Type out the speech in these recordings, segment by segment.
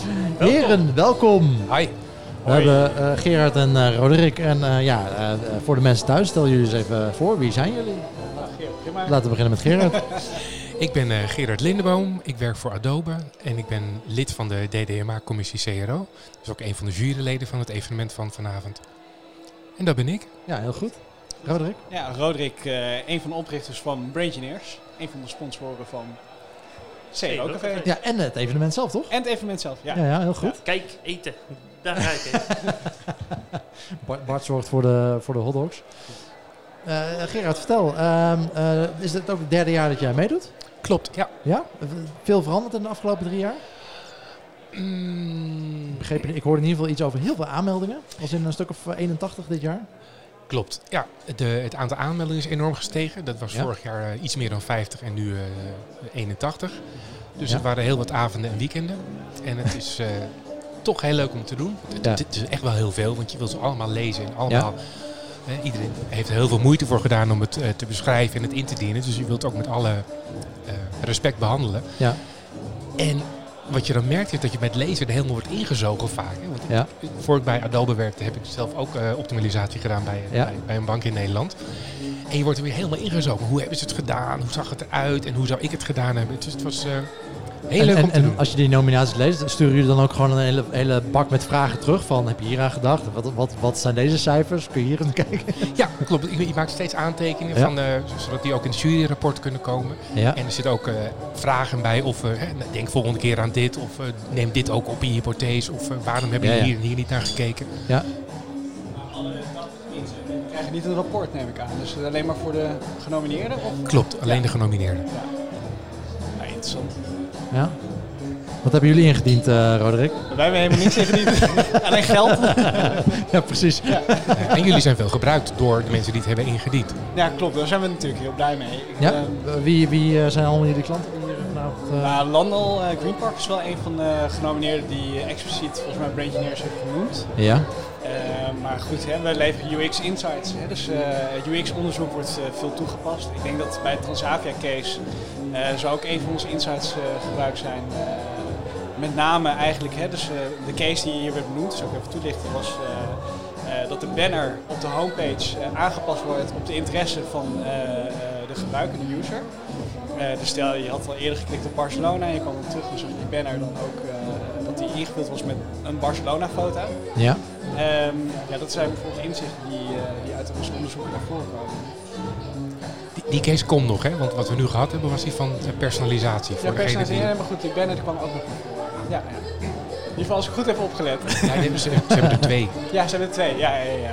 Heren, welkom. Hi. We hebben Gerard en Roderick. En voor de mensen thuis, stel jullie eens even voor. Wie zijn jullie? Laten we beginnen met Gerard. Ik ben Gerard Lindeboom. Ik werk voor Adobe. En ik ben lid van de DDMA-commissie CRO. Dus ook een van de juryleden van het evenement van vanavond. En dat ben ik. Ja, heel goed. Roderick? Ja, Roderick, een van de oprichters van Braingineers. Een van de sponsoren van CRO Café. Ja, en het evenement zelf, toch? En het evenement zelf, ja. Ja, heel goed. Ja, kijk, eten. Daar ga ik Bart zorgt voor de hotdogs. Gerard, vertel. Is het ook het derde jaar dat jij meedoet? Klopt, ja. Ja? Veel veranderd in de afgelopen 3 jaar? Ik hoorde in ieder geval iets over heel veel aanmeldingen. Als in een stuk of 81 dit jaar. Klopt. Ja, het aantal aanmeldingen is enorm gestegen. Dat was vorig jaar iets meer dan 50 en nu 81. Dus het waren heel wat avonden en weekenden. En het is toch heel leuk om te doen. Het is echt wel heel veel, want je wil ze allemaal lezen. En allemaal, iedereen heeft er heel veel moeite voor gedaan om het te beschrijven en het in te dienen. Dus je wilt het ook met alle respect behandelen. Ja. En wat je dan merkt is dat je met lezen er helemaal wordt ingezogen vaak. Hè? Want voor ik bij Adobe werkte heb ik zelf ook optimalisatie gedaan bij een bank in Nederland. En je wordt er weer helemaal ingezogen. Hoe hebben ze het gedaan? Hoe zag het eruit? En hoe zou ik het gedaan hebben? Dus het was heel leuk om te doen. En als je die nominaties leest, sturen jullie dan ook gewoon een hele bak met vragen terug van, heb je hier aan gedacht? Wat zijn deze cijfers? Kun je hier eens kijken? Ja, klopt. Je maakt steeds aantekeningen, zodat die ook in het juryrapport kunnen komen. Ja. En er zitten ook vragen bij of denk volgende keer aan dit, of neem dit ook op in je hypothese, of waarom heb je hier en hier niet naar gekeken? Ja. We krijgen niet een rapport, neem ik aan. Dus alleen maar voor de genomineerden? Of? Klopt, alleen de genomineerden. Ja, interessant. Ja. Wat hebben jullie ingediend, Roderick? Wij hebben helemaal niets ingediend. Alleen geld. Ja, precies. Ja. En jullie zijn veel gebruikt door de mensen die het hebben ingediend. Ja, klopt. Daar zijn we natuurlijk heel blij mee. Wie zijn allemaal jullie klanten die hier vanavond? Landal Green Park is wel een van de genomineerden die expliciet volgens mij Braingineers heeft genoemd. Ja. Maar goed, we leveren UX Insights. Dus UX-onderzoek wordt veel toegepast. Ik denk dat bij het Transavia-case zou ook een van onze insights gebruikt zijn. Met name eigenlijk, dus de case die hier werd benoemd, dus ook even toelichten, was dat de banner op de homepage aangepast wordt op de interesse van de gebruiker, de user. Dus stel, je had al eerder geklikt op Barcelona en je kwam dan terug, dus op die banner dan ook dat die ingevuld was met een Barcelona-foto. Ja. Dat zijn bijvoorbeeld inzichten die uit ons onderzoek naar voren komen. Die case komt nog, hè? Want wat we nu gehad hebben was die van personalisatie. Ja, personalisatie, maar goed, die banner kwam ook nog naar voren. Ja. In ieder geval als ik goed heb opgelet. Ja, ze hebben er 2. Ja, ze hebben er 2, ja.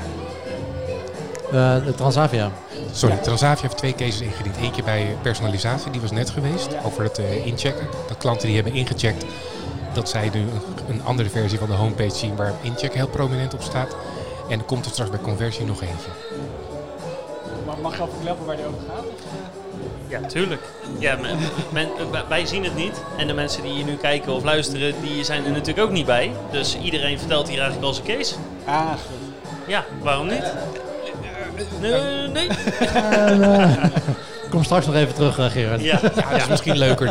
De Transavia. Sorry, Transavia heeft 2 cases ingediend. Eentje bij personalisatie, die was net geweest, over het inchecken. Dat klanten die hebben ingecheckt, dat zij nu een andere versie van de homepage zien waar incheck heel prominent op staat. En er komt er straks bij conversie nog eentje. Mag je al verklappen waar die over gaat? Ja, tuurlijk. Ja, wij zien het niet. En de mensen die hier nu kijken of luisteren, die zijn er natuurlijk ook niet bij. Dus iedereen vertelt hier eigenlijk al zijn case. Ah, goed. Ja, waarom niet? Nee. Kom straks nog even terug, Gerard. Ja, dat is misschien leuker.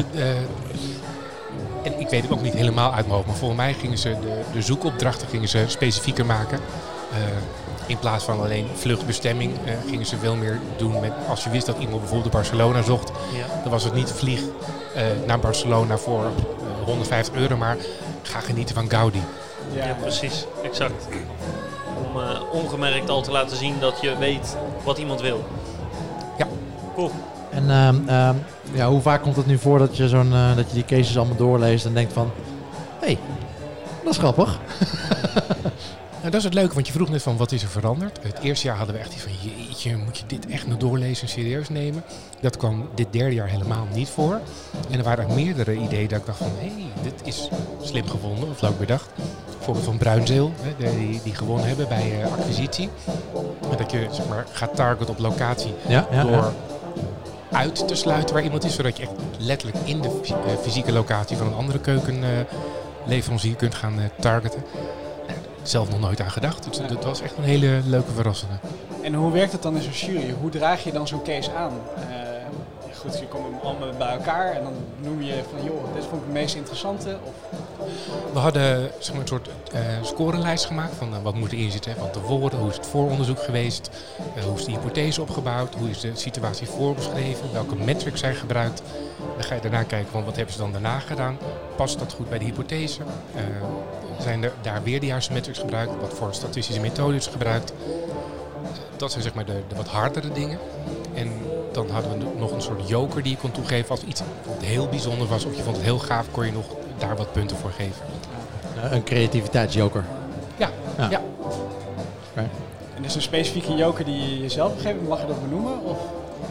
En ik weet het ook niet helemaal uit mijn hoofd, maar volgens mij gingen ze de zoekopdrachten specifieker maken. In plaats van alleen vluchtbestemming gingen ze veel meer doen met, als je wist dat iemand bijvoorbeeld Barcelona zocht, dan was het niet vlieg naar Barcelona voor €150, maar ga genieten van Gaudi. Ja, precies. Exact. Om ongemerkt al te laten zien dat je weet wat iemand wil. Ja. Cool. En hoe vaak komt het nu voor dat je dat je die cases allemaal doorleest en denkt van, hé, dat is grappig. Nou, dat is het leuke, want je vroeg net van wat is er veranderd. Het eerste jaar hadden we echt die van jeetje, moet je dit echt nog doorlezen en serieus nemen? Dat kwam dit derde jaar helemaal niet voor. En er waren ook meerdere ideeën dat ik dacht van dit is slim gevonden of leuk bedacht. Bijvoorbeeld van Bruinzeel, die gewonnen hebben bij acquisitie. Dat je gaat targeten op locatie door uit te sluiten waar iemand is. Zodat je echt letterlijk in de fysieke locatie van een andere keukenleverancier kunt gaan targeten. Zelf nog nooit aan gedacht. Dus dat was echt een hele leuke verrassende. En hoe werkt het dan in zo'n jury? Hoe draag je dan zo'n case aan? goed, je komt allemaal bij elkaar en dan noem je van, joh, dit vond ik het meest interessante. Of... We hadden zeg maar, een soort scorenlijst gemaakt van wat moet erin zitten. Van tevoren, hoe is het vooronderzoek geweest, hoe is de hypothese opgebouwd, hoe is de situatie voorbeschreven, welke metrics zijn gebruikt. Dan ga je daarna kijken van wat hebben ze dan daarna gedaan. Past dat goed bij de hypothese? Zijn er daar weer de juiste metrics gebruikt? Wat voor statistische methode is gebruikt? Dat zijn zeg maar de wat hardere dingen. En dan hadden we nog een soort joker die je kon toegeven als iets heel bijzonder was. Of je vond het heel gaaf, kon je nog daar wat punten voor geven. Een creativiteitsjoker. Ja. Okay. En is er een specifieke joker die je jezelf geeft? Mag je dat benoemen? Of?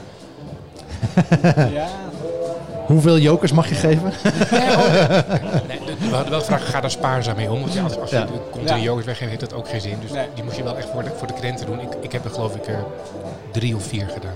Ja. Hoeveel jokers mag je geven? Nee, we hadden wel gevraagd, ga daar spaarzaam mee om. Want ja, als je continu jokers weggeeft, heeft dat ook geen zin. Dus die moest je wel echt voor de krenten doen. Ik heb er geloof ik 3 of 4 gedaan.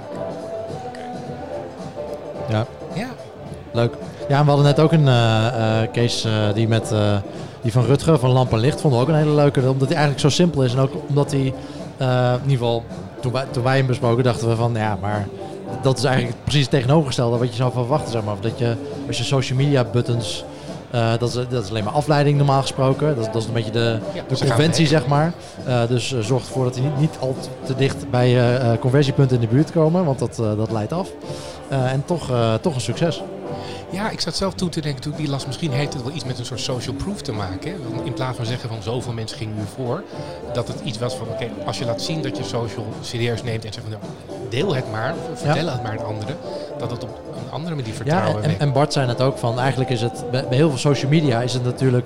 Ja. Leuk. Ja, en we hadden net ook een case die van Rutger van Lamp en Licht. Vonden we ook een hele leuke. Omdat hij eigenlijk zo simpel is. En ook omdat hij, in ieder geval, toen wij hem besproken, dachten we van, ja, maar dat is eigenlijk precies het tegenovergestelde wat je zou verwachten, zeg maar. Dat je, als je social media buttons, dat is alleen maar afleiding normaal gesproken. Dat is een beetje de conventie, zeg maar. Dus zorg ervoor dat die niet al te dicht bij conversiepunten in de buurt komen, want dat leidt af. En toch een succes. Ja, ik zat zelf toe te denken, toen ik die las, misschien heeft het wel iets met een soort social proof te maken. Hè? Want in plaats van zeggen van zoveel mensen gingen nu voor, dat het iets was van oké, als je laat zien dat je social serieus neemt en zegt van deel het maar, of vertel het maar aan anderen, dat het op een andere manier vertrouwen wekt. En Bart zei het ook van, eigenlijk is het, bij heel veel social media is het natuurlijk,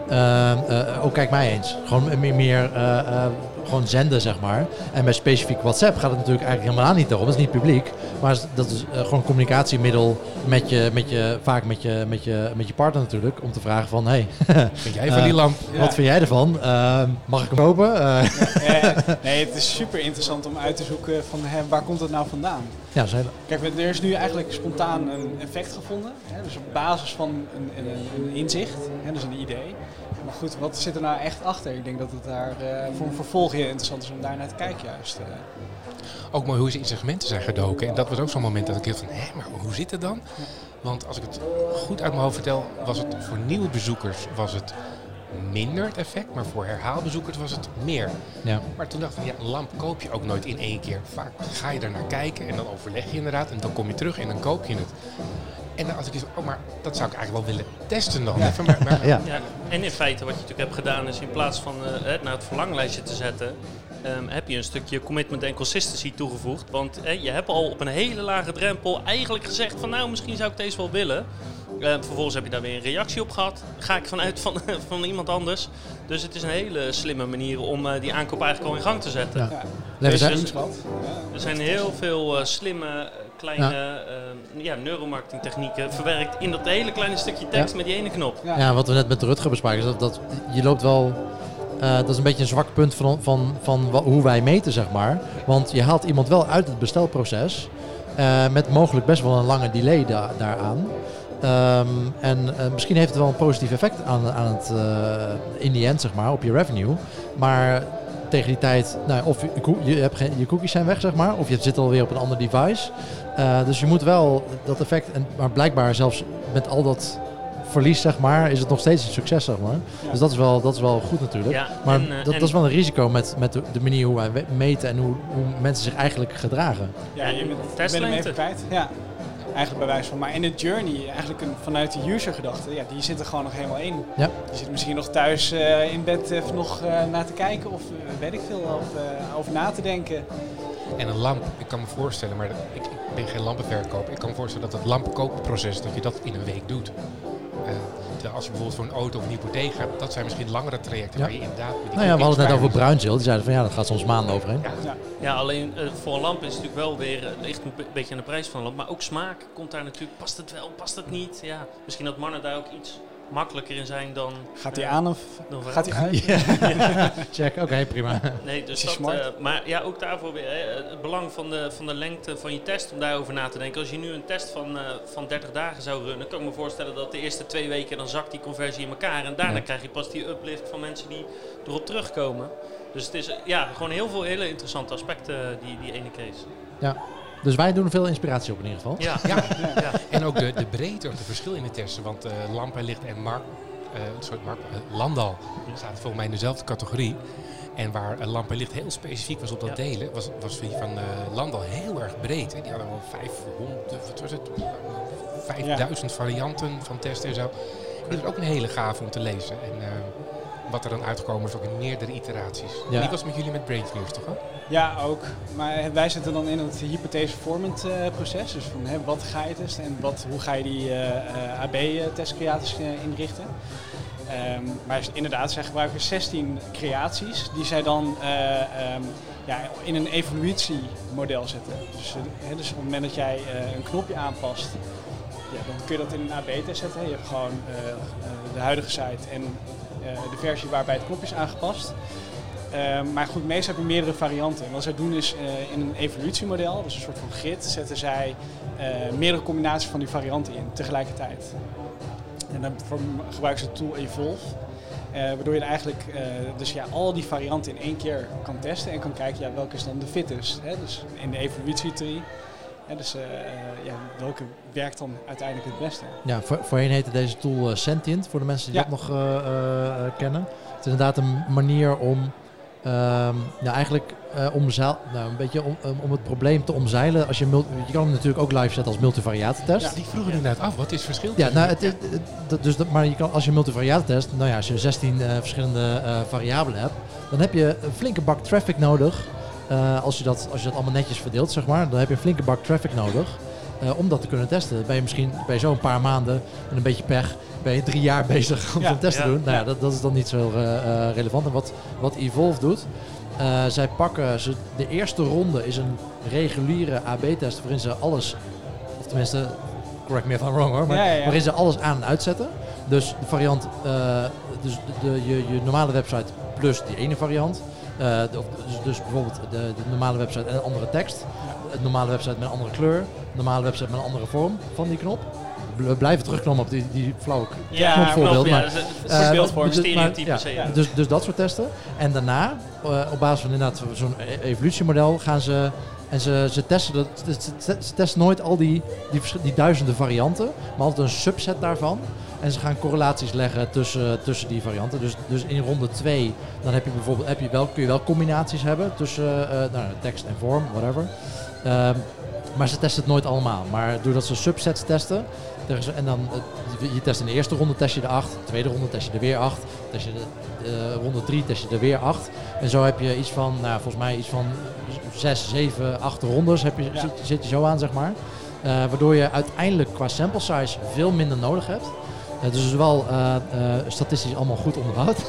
kijk mij eens, gewoon meer gewoon zenden, zeg maar. En bij specifiek WhatsApp gaat het natuurlijk eigenlijk helemaal niet daarom. Dat is niet publiek, maar dat is gewoon een communicatiemiddel vaak met je partner natuurlijk, om te vragen van, hey, wat vind jij van die lamp? Wat vind jij ervan? Mag ik hem kopen? Nee, het is super interessant om uit te zoeken van waar komt het nou vandaan? Ja, zeker. Kijk, er is nu eigenlijk spontaan een effect gevonden. Hè, dus op basis van een inzicht, hè, dus een idee. Maar goed, wat zit er nou echt achter? Ik denk dat het daar voor een vervolg heel interessant is om daar naar te kijken juist. Ook mooi hoe ze in segmenten zijn gedoken. En dat was ook zo'n moment dat ik dacht van, maar hoe zit het dan? Want als ik het goed uit mijn hoofd vertel, was het voor nieuwe bezoekers minder het effect, maar voor herhaalbezoekers was het meer. Ja. Maar toen dacht ik, een lamp koop je ook nooit in één keer. Vaak ga je er naar kijken en dan overleg je inderdaad en dan kom je terug en dan koop je het. En als ik maar dat zou ik eigenlijk wel willen testen dan. Ja. Ja, en in feite wat je natuurlijk hebt gedaan is in plaats van naar het verlanglijstje te zetten, heb je een stukje commitment en consistency toegevoegd. Want je hebt al op een hele lage drempel eigenlijk gezegd van nou, misschien zou ik deze wel willen. Vervolgens heb je daar weer een reactie op gehad. Ga ik vanuit van iemand anders. Dus het is een hele slimme manier om die aankoop eigenlijk al in gang te zetten. Ja. Dus er zijn heel veel slimme kleine neuromarketing technieken verwerkt in dat hele kleine stukje tekst met die ene knop. Ja, wat we net met Rutger bespraken is dat je loopt wel. Dat is een beetje een zwak punt van hoe wij meten, zeg maar. Want je haalt iemand wel uit het bestelproces met mogelijk best wel een lange delay daaraan. En misschien heeft het wel een positief effect aan het in the end, zeg maar, op je revenue. Maar tegen die tijd, of je cookies zijn weg, zeg maar, of je zit alweer op een ander device. Dus je moet wel dat effect, maar blijkbaar zelfs met al dat verlies, zeg maar, is het nog steeds een succes, zeg maar. Ja. Dus dat is wel goed natuurlijk. Ja, maar dat is wel een risico met de manier hoe wij meten en hoe mensen zich eigenlijk gedragen. Ja, je bent hem even kwijt. Ja. Eigenlijk bij wijze van, maar in de journey, eigenlijk vanuit de user gedachte, die zit er gewoon nog helemaal in. Ja. Je zit misschien nog thuis in bed nog naar te kijken of weet ik veel, of over na te denken. En een lamp, ik kan me voorstellen, maar ik ben geen lampenverkoper. Ik kan me voorstellen dat het lampenkoopproces, dat je dat in een week doet. Als je bijvoorbeeld voor een auto of een hypotheek gaat, dat zijn misschien langere trajecten waar je inderdaad... we hadden het net over Bruinzeel. Die zeiden van dat gaat soms maanden overheen. Ja, alleen voor een lamp is het natuurlijk wel weer ligt een beetje aan de prijs van een lamp. Maar ook smaak komt daar natuurlijk, past het wel, past het niet? Ja, misschien dat mannen daar ook iets makkelijker in zijn dan... Gaat hij aan of gaat hij uit? Check, oké, prima. Nee, dus maar ja, ook daarvoor weer het belang van de lengte van je test om daarover na te denken. Als je nu een test van 30 dagen zou runnen, kan ik me voorstellen dat de eerste 2 weken dan zakt die conversie in elkaar. En daarna krijg je pas die uplift van mensen die erop terugkomen. Dus het is gewoon heel veel hele interessante aspecten, die ene case. Ja. Dus wij doen veel inspiratie op in ieder geval. Ja. Ja. En ook de breedte, of de verschil in de testen. Want Lamp en Licht en Landal staat volgens mij in dezelfde categorie. En waar Lamp en Licht heel specifiek was op dat delen, was die van Landal heel erg breed. Hè. Die hadden wel 5000 varianten van testen en zo. Dat is ook een hele gave om te lezen. En wat er dan uitgekomen is ook in meerdere iteraties. Ja. Die was met jullie met Brainfuels, toch? Hè? Ja, ook. Maar wij zitten dan in het hypothese-vormend proces. Dus van wat ga je testen en hoe ga je die AB-testcreaties inrichten. Maar inderdaad, zij gebruiken 16 creaties die zij dan in een evolutiemodel zetten. Dus op het moment dat jij een knopje aanpast, dan kun je dat in een AB-test zetten. Je hebt gewoon de huidige site en de versie waarbij het knopje is aangepast. Maar goed, meestal heb je meerdere varianten. En wat zij doen is in een evolutiemodel, dus een soort van grid, zetten zij meerdere combinaties van die varianten in tegelijkertijd. En dan gebruiken ze de tool Evolve, waardoor je eigenlijk al die varianten in één keer kan testen en kan kijken welke is dan de fittest. Hè? Dus in de evolutietree. Welke werkt dan uiteindelijk het beste? Ja, voorheen heette deze tool Sentient, voor de mensen die dat nog kennen. Het is inderdaad een manier om om het probleem te omzeilen. Je kan hem natuurlijk ook live zetten als multivariatentest. Ja, die vroegen inderdaad af, wat is het verschil? Maar je kan, als je multivariatentest, als je 16 verschillende variabelen hebt, dan heb je een flinke bak traffic nodig. Als je dat allemaal netjes verdeelt, zeg maar, dan heb je een flinke bak traffic nodig om dat te kunnen testen. Ben je zo een paar maanden en een beetje pech, ben je 3 jaar bezig om zo'n test te doen. Nou ja, dat is dan niet zo relevant. En wat Evolve doet, zij pakken de eerste ronde is een reguliere AB-test waarin ze alles, of tenminste, correct me if I'm wrong hoor, maar waarin ze alles aan en uitzetten. Dus de variant, je normale website plus die ene variant. Dus bijvoorbeeld de normale website en een andere tekst. De normale website met een andere kleur. De normale website met een andere vorm van die knop. We blijven terugkomen op die flauwe knopvoorbeeld. Dus dat soort testen. En daarna, op basis van inderdaad zo'n evolutiemodel, gaan ze... En ze testen nooit al die duizenden varianten, maar altijd een subset daarvan. En ze gaan correlaties leggen tussen die varianten. Dus in ronde 2 dan heb je bijvoorbeeld kun je wel combinaties hebben tussen tekst en vorm, whatever. Maar ze testen het nooit allemaal. Maar doordat ze subsets testen, en dan je test in de eerste ronde test je de 8, de tweede ronde test je er weer 8, test je ronde 3 test je er weer 8. En zo heb je iets van, volgens mij iets van 6, 7, 8 rondes zit je zo aan, zeg maar. Waardoor je uiteindelijk qua sample size veel minder nodig hebt. Dus het is wel statistisch allemaal goed onderbouwd.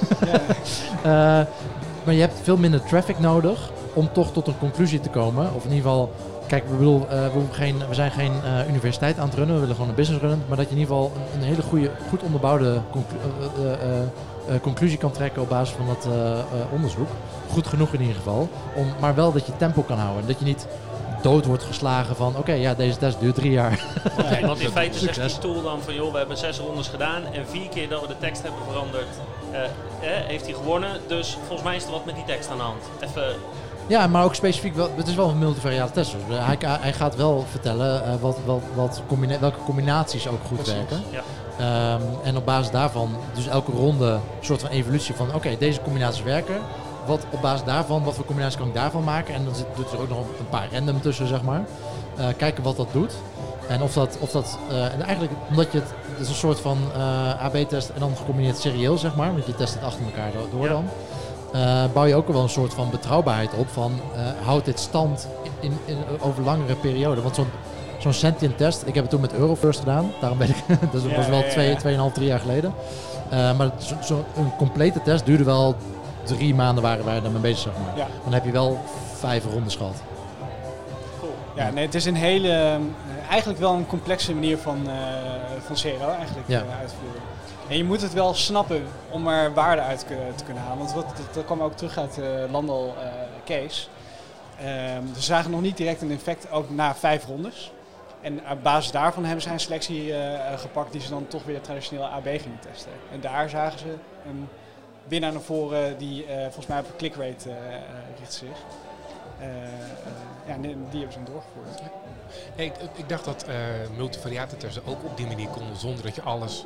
Maar je hebt veel minder traffic nodig om toch tot een conclusie te komen. Of in ieder geval, kijk, we zijn geen universiteit aan het runnen, we willen gewoon een business runnen. Maar dat je in ieder geval een hele goed onderbouwde conclusie kan trekken op basis van dat onderzoek. Goed genoeg in ieder geval. Maar wel dat je tempo kan houden. Dat je niet dood wordt geslagen van deze test duurt 3 jaar. Want in feite zegt die tool dan van we hebben 6 rondes gedaan en 4 keer dat we de tekst hebben veranderd, heeft hij gewonnen. Dus volgens mij is er wat met die tekst aan de hand. Ja, maar ook specifiek wel. Het is wel een multivariate test. Dus hij gaat wel vertellen welke combinaties ook goed werken. Ja. En op basis daarvan, dus elke ronde een soort van evolutie van deze combinaties werken. Op basis daarvan, wat voor combinaties kan ik daarvan maken? En dan doet er ook nog een paar random tussen, zeg maar. Kijken wat dat doet. En en eigenlijk, omdat je het is een soort van AB-test en dan gecombineerd serieel, zeg maar. Want je test het achter elkaar door dan. Bouw je ook wel een soort van betrouwbaarheid op van houdt dit stand over langere periode. Want zo'n Sentient test, ik heb het toen met Eurofirst gedaan. Daarom ben ik, dat was wel 2,5, 3 jaar geleden. Maar een complete test duurde wel 3 maanden waren wij daarmee bezig, zeg maar. Ja. Dan heb je wel 5 rondes gehad. Cool. Ja, nee, het is een hele, eigenlijk wel een complexe manier van CRO eigenlijk uitvoeren. En je moet het wel snappen om er waarde uit te kunnen halen. Want dat kwam ook terug uit de Landal case. Dus ze zagen nog niet direct een effect, ook na 5 rondes. En op basis daarvan hebben zij een selectie gepakt die ze dan toch weer traditioneel AB gingen testen. En daar zagen ze een winnaar naar voren die volgens mij op clickrate richt zich. Die hebben ze dan doorgevoerd. Ja, ik dacht dat multivariatentesten ook op die manier konden zonder dat je alles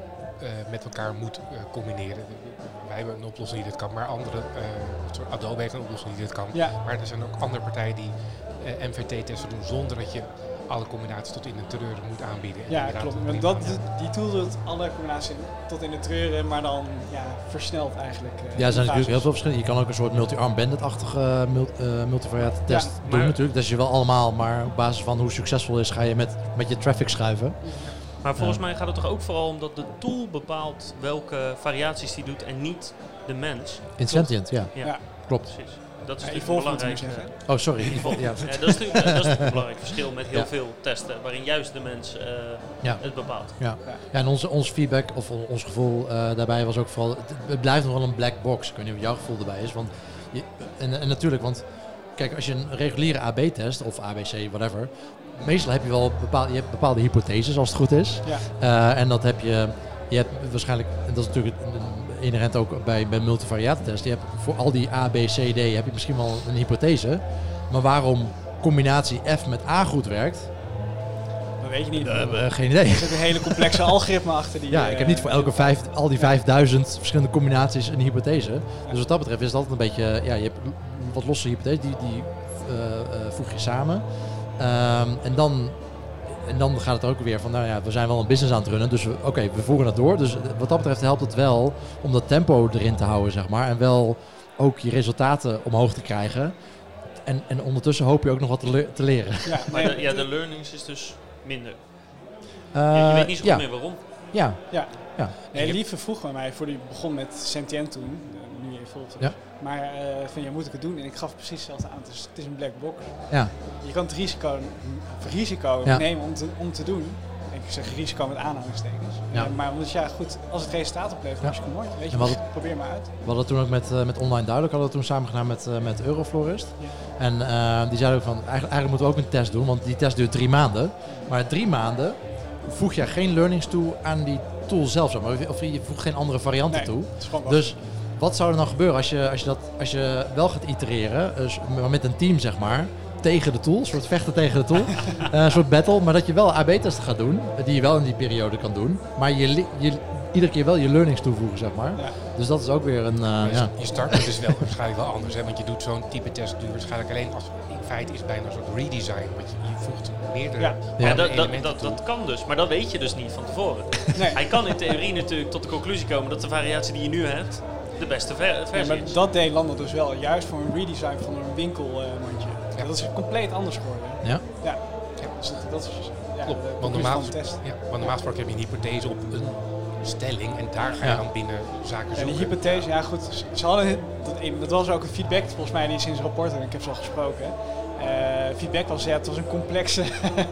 met elkaar moet combineren. Wij hebben een oplossing die dit kan, maar Adobe heeft een oplossing die dit kan. Ja. Maar er zijn ook andere partijen die MVT-testen doen zonder dat je alle combinaties tot in de treuren moet aanbieden. Ja, klopt. Want die tool doet alle combinaties tot in de treuren, maar dan versneld eigenlijk. Ja, er zijn natuurlijk heel veel verschillen. Je kan ook een soort multi-arm bandit-achtige multivariate-test doen natuurlijk. Dat is je wel allemaal, maar op basis van hoe succesvol is, ga je met je traffic schuiven. Maar volgens mij gaat het toch ook vooral om dat de tool bepaalt welke variaties die doet en niet de mens. In Sentient, ja. Klopt. Precies. Dat is Evolve belangrijk. Oh, sorry. Ja, dat is natuurlijk een belangrijk verschil met heel veel testen, waarin juist de mens het bepaalt. Ja. En ons feedback, of ons gevoel daarbij was ook vooral, het blijft nog wel een black box. Ik weet niet of jouw gevoel erbij is. Want en natuurlijk, want kijk, als je een reguliere AB-test, of ABC, whatever, meestal heb je wel bepaalde hypotheses als het goed is. Ja. En dat heb je hebt waarschijnlijk, en dat is natuurlijk inherent ook bij multivariate-test, je hebt voor al die A, B, C, D heb je misschien wel een hypothese. Maar waarom combinatie F met A goed werkt, dat weet je niet. geen idee. Er zit een hele complexe algoritme achter die... Ja, ik heb niet voor elke al die 5000 verschillende combinaties een hypothese. Dus wat dat betreft is het altijd een beetje, je hebt wat losse hypotheses, die voeg je samen. En dan gaat het er ook weer van, we zijn wel een business aan het runnen, dus we voeren het door. Dus wat dat betreft helpt het wel om dat tempo erin te houden, zeg maar. En wel ook je resultaten omhoog te krijgen. En ondertussen hoop je ook nog wat te leren. Ja, maar de learnings is dus minder. Je weet niet zo goed meer waarom. Ja. Nee, Lieve vroeg bij mij, voor die begon met Sentient toen, nu Evolve. Ja. Maar moet ik het doen? En ik gaf precies hetzelfde aan. Het is een black box. Ja. Je kan het risico nemen om te doen. Ik zeg risico met aanhalingstekens. Ja. Maar goed, als het resultaat oplevert, hartstikke mooi. Weet je, probeer maar uit. We hadden toen ook met Online Duidelijk, hadden we toen samen gedaan met Euroflorist. Ja. En die zeiden ook van, eigenlijk moeten we ook een test doen, want die test duurt 3 maanden. Maar 3 maanden voeg je geen learnings toe aan die tool zelf. Of je voegt geen andere varianten toe. Dus wat zou er dan gebeuren als je wel gaat itereren, maar met een team zeg maar, tegen de tool, een soort vechten tegen de tool, een soort battle, maar dat je wel AB-testen gaat doen, die je wel in die periode kan doen, maar je iedere keer wel je learnings toevoegen, zeg maar. Ja. Dus dat is ook weer een... Je start dus wel waarschijnlijk wel anders, hè? Want je doet zo'n type test waarschijnlijk alleen als in feite is bijna een soort redesign, want je voegt meerdere elementen toe. Dat kan dus, maar dat weet je dus niet van tevoren. Nee. Hij kan in theorie natuurlijk tot de conclusie komen dat de variatie die je nu hebt de beste versie maar is. dat deed Lando dus wel, juist voor een redesign van een winkelmandje. Dat is compleet anders geworden. Ja. Dus dat is klopt. Want normaal gesproken heb je een hypothese op een stelling en daar ga je dan binnen zaken zoeken. En die hypothese, goed, ze hadden, dat was ook een feedback volgens mij die sinds het rapport, en ik heb ze al gesproken. Feedback was, het was een complexe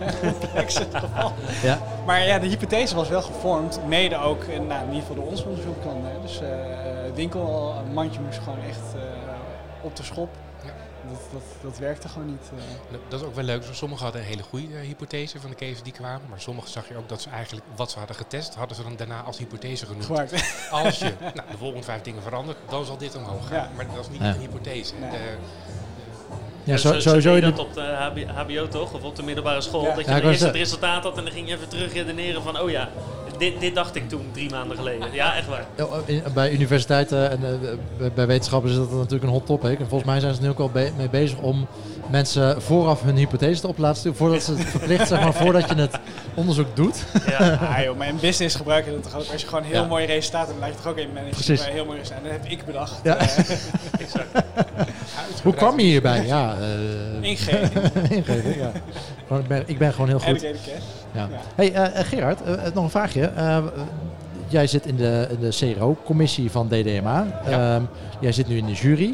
geval. Ja. Maar de hypothese was wel gevormd, mede ook, in ieder geval door ons onderzoek dan. Dus winkelmandje moest gewoon echt op de schop. Ja. Dat werkte gewoon niet. Dat is ook wel leuk. Sommigen hadden een hele goede hypothese van de cases die kwamen. Maar sommigen zag je ook dat ze eigenlijk wat ze hadden getest, hadden ze dan daarna als hypothese genoemd. Gebruikt. Als je de volgende 5 dingen verandert, dan zal dit omhoog gaan. Ja. Maar dat is niet een hypothese. Nee. Sowieso je dat op de HBO toch? Of op de middelbare school. Ja. Dat je eerst het resultaat had en dan ging je even terug redeneren van, dit dacht ik toen 3 maanden geleden. Ja, echt waar. Bij universiteiten en bij wetenschappers is dat natuurlijk een hot topic. En volgens mij zijn ze er nu ook al mee bezig om mensen vooraf hun hypothese op te laten sturen. Voordat ze het verplicht, zeg maar, voordat je het onderzoek doet. Ja, maar in business gebruik je dat toch ook. Als je gewoon heel mooie resultaten hebt, dan laat je toch ook in managen. Heel mooi resultaten. Dat heb ik bedacht. Ja. Exact. Hoe kwam je hierbij? Ja, ingeving, ja. Ik ben gewoon heel goed. Ja. Hey, Gerard, nog een vraagje. Jij zit in de CRO-commissie van DDMA. Ja. Jij zit nu in de jury.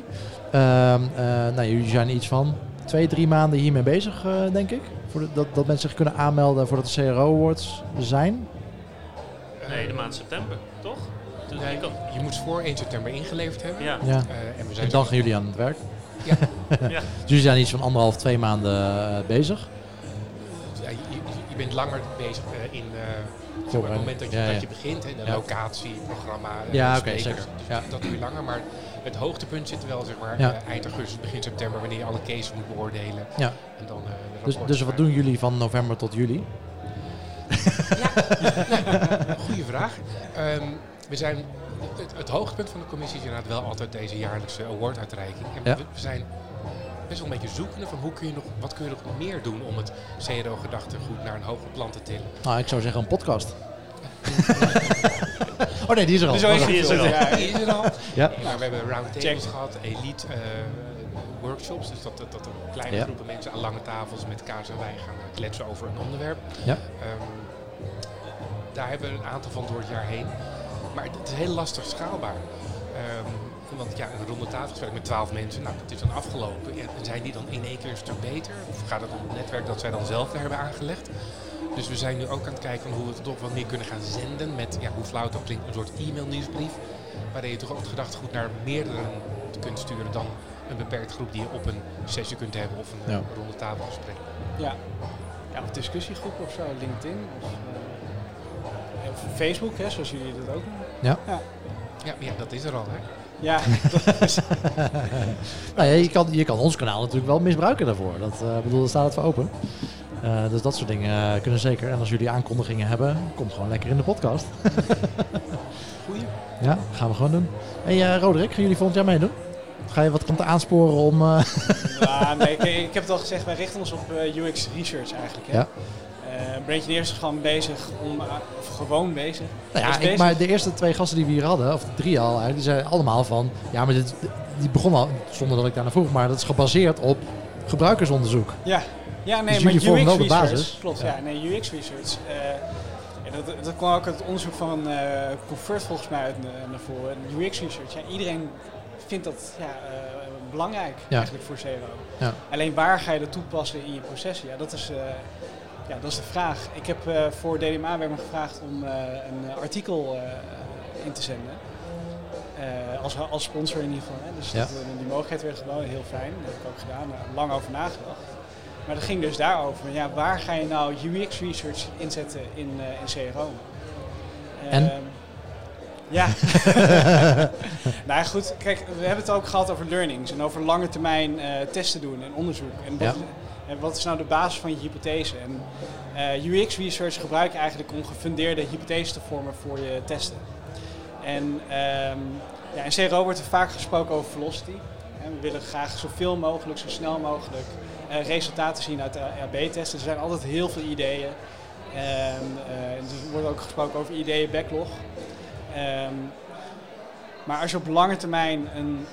Jullie zijn iets van 2-3 maanden hiermee bezig, denk ik. Dat mensen zich kunnen aanmelden voordat de CRO Awards zijn. Nee, de maand september, toch? Dus je moet voor 1 september ingeleverd hebben. Ja. En dan gaan jullie aan het werk. Ja. Dus jullie zijn iets van 1,5-2 maanden bezig. Ja, je bent langer bezig op het moment dat je begint. Hè, de locatie, programma, oké, zeker. Dus dat duurt langer, maar het hoogtepunt zit wel zeg maar eind augustus, begin september, wanneer je alle cases moet beoordelen. Ja. En dan dus wat doen jullie van november tot juli? Goeie vraag. We zijn het hoogtepunt van de commissie is inderdaad wel altijd deze jaarlijkse awarduitreiking. En we zijn best wel een beetje zoekende van wat kun je nog meer doen om het CRO-gedachtegoed naar een hoger plan te tillen. Nou, ik zou zeggen een podcast. Oh nee, die is er al. Die is er al. Ja. Nou, we hebben roundtables gehad, elite workshops. Dus dat kleine groepen mensen aan lange tafels met kaas en wijn gaan kletsen over een onderwerp. Ja. Daar hebben we een aantal van door het jaar heen. Maar het is heel lastig schaalbaar. Want een ronde tafelgesprek met 12 mensen, nou dat is dan afgelopen. En zijn die dan in één keer een stuk beter? Of gaat het om het netwerk dat zij dan zelf hebben aangelegd? Dus we zijn nu ook aan het kijken hoe we het toch wat meer kunnen gaan zenden met, hoe flauw het ook klinkt, een soort e-mailnieuwsbrief. Waarin je toch ook het gedachtegoed naar meerdere kunt sturen dan een beperkt groep die je op een sessie kunt hebben of een ronde tafelgesprek. Ja, of discussiegroep of zo, LinkedIn of Facebook, hè, zoals jullie dat ook doen. Ja, dat is er al, hè? Ja, dat is... Je kan ons kanaal natuurlijk wel misbruiken daarvoor. Daar staat het voor open. Dus dat soort dingen kunnen zeker. En als jullie aankondigingen hebben, kom gewoon lekker in de podcast. Goeie. Ja, gaan we gewoon doen. Hey Roderick, gaan jullie volgend jaar meedoen? Ga je wat kanten aansporen om... Nee, ik heb het al gezegd, wij richten ons op UX research eigenlijk. Hè? Ja. Braingineers is gewoon bezig gewoon bezig. Maar de eerste 2 gasten die we hier hadden, of 3 al eigenlijk, die zeiden allemaal van, maar die begon al, zonder dat ik daar naar vroeg, maar dat is gebaseerd op gebruikersonderzoek. Ja, dus maar UX wel de research, basis. Klopt, UX research. Dat kwam ook uit het onderzoek van Convert volgens mij naar voren. UX research, iedereen vindt dat belangrijk eigenlijk voor CRO. Ja. Alleen waar ga je dat toepassen in je processen? Ja, dat is de vraag. Ik heb voor DDMA werd me gevraagd om een artikel in te zenden. Als sponsor in ieder geval. Hè. Dus die mogelijkheid werd geboden, heel fijn. Dat heb ik ook gedaan, lang over nagedacht. Maar dat ging dus daarover. Waar ga je nou UX research inzetten in CRO? En? Nou goed, kijk, we hebben het ook gehad over learnings en over lange termijn testen doen en onderzoek. En wat is nou de basis van je hypothese? En UX research gebruik je eigenlijk om gefundeerde hypothesen te vormen voor je testen. En in CRO wordt er vaak gesproken over velocity. We willen graag zoveel mogelijk, zo snel mogelijk resultaten zien uit de AB-testen. Er zijn altijd heel veel ideeën. Er wordt ook gesproken over ideeën backlog. Maar als je op lange termijn een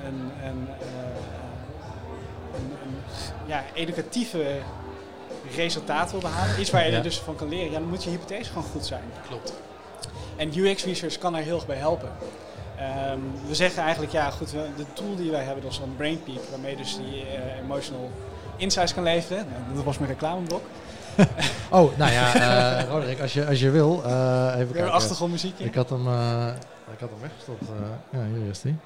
educatieve resultaat wil behalen, iets waar je er dus van kan leren, dan moet je hypothese gewoon goed zijn. Klopt. En UX research kan daar heel erg bij helpen. We zeggen eigenlijk, de tool die wij hebben, dat is dan BrainPeak, waarmee dus die emotional insights kan leveren. Dat was mijn reclameblok. Roderick, als je wil, even kijken. Een achtergrondmuziekje. Ik had hem weggestopt. Hier is die.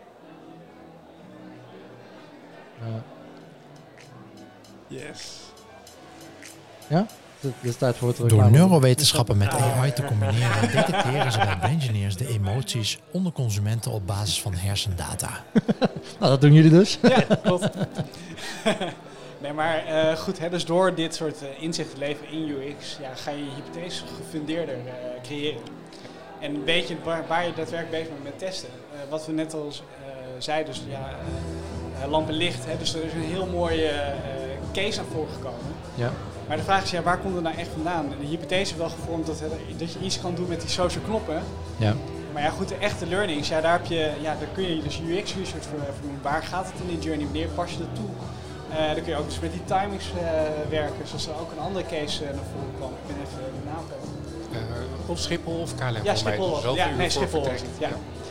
Yes. Ja? Het is tijd voor het Door neurowetenschappen met AI te combineren, detecteren ze bij Braingineers de emoties onder consumenten op basis van hersendata. Nou, dat doen jullie dus. Ja, klopt. Nee, maar goed, dus door dit soort inzichten te leveren in UX, ga je je hypothese gefundeerder creëren. En weet je waar je daadwerkelijk bezig bent met testen. Wat we net al zeiden, dus lampen licht. Dus er is een heel mooie case naar voren gekomen. Ja. Maar de vraag is, waar komt het nou echt vandaan? De hypothese is wel gevormd dat je iets kan doen met die social knoppen. Ja. Maar goed, de echte learnings, daar kun je dus UX research voor doen. Waar gaat het in die journey? Wanneer pas je dat toe? Dan kun je ook dus met die timings werken, zoals er ook een andere case naar voren kwam. Ik ben even de naam Of Schiphol of KLM? Ja, Schiphol. Schiphol was het.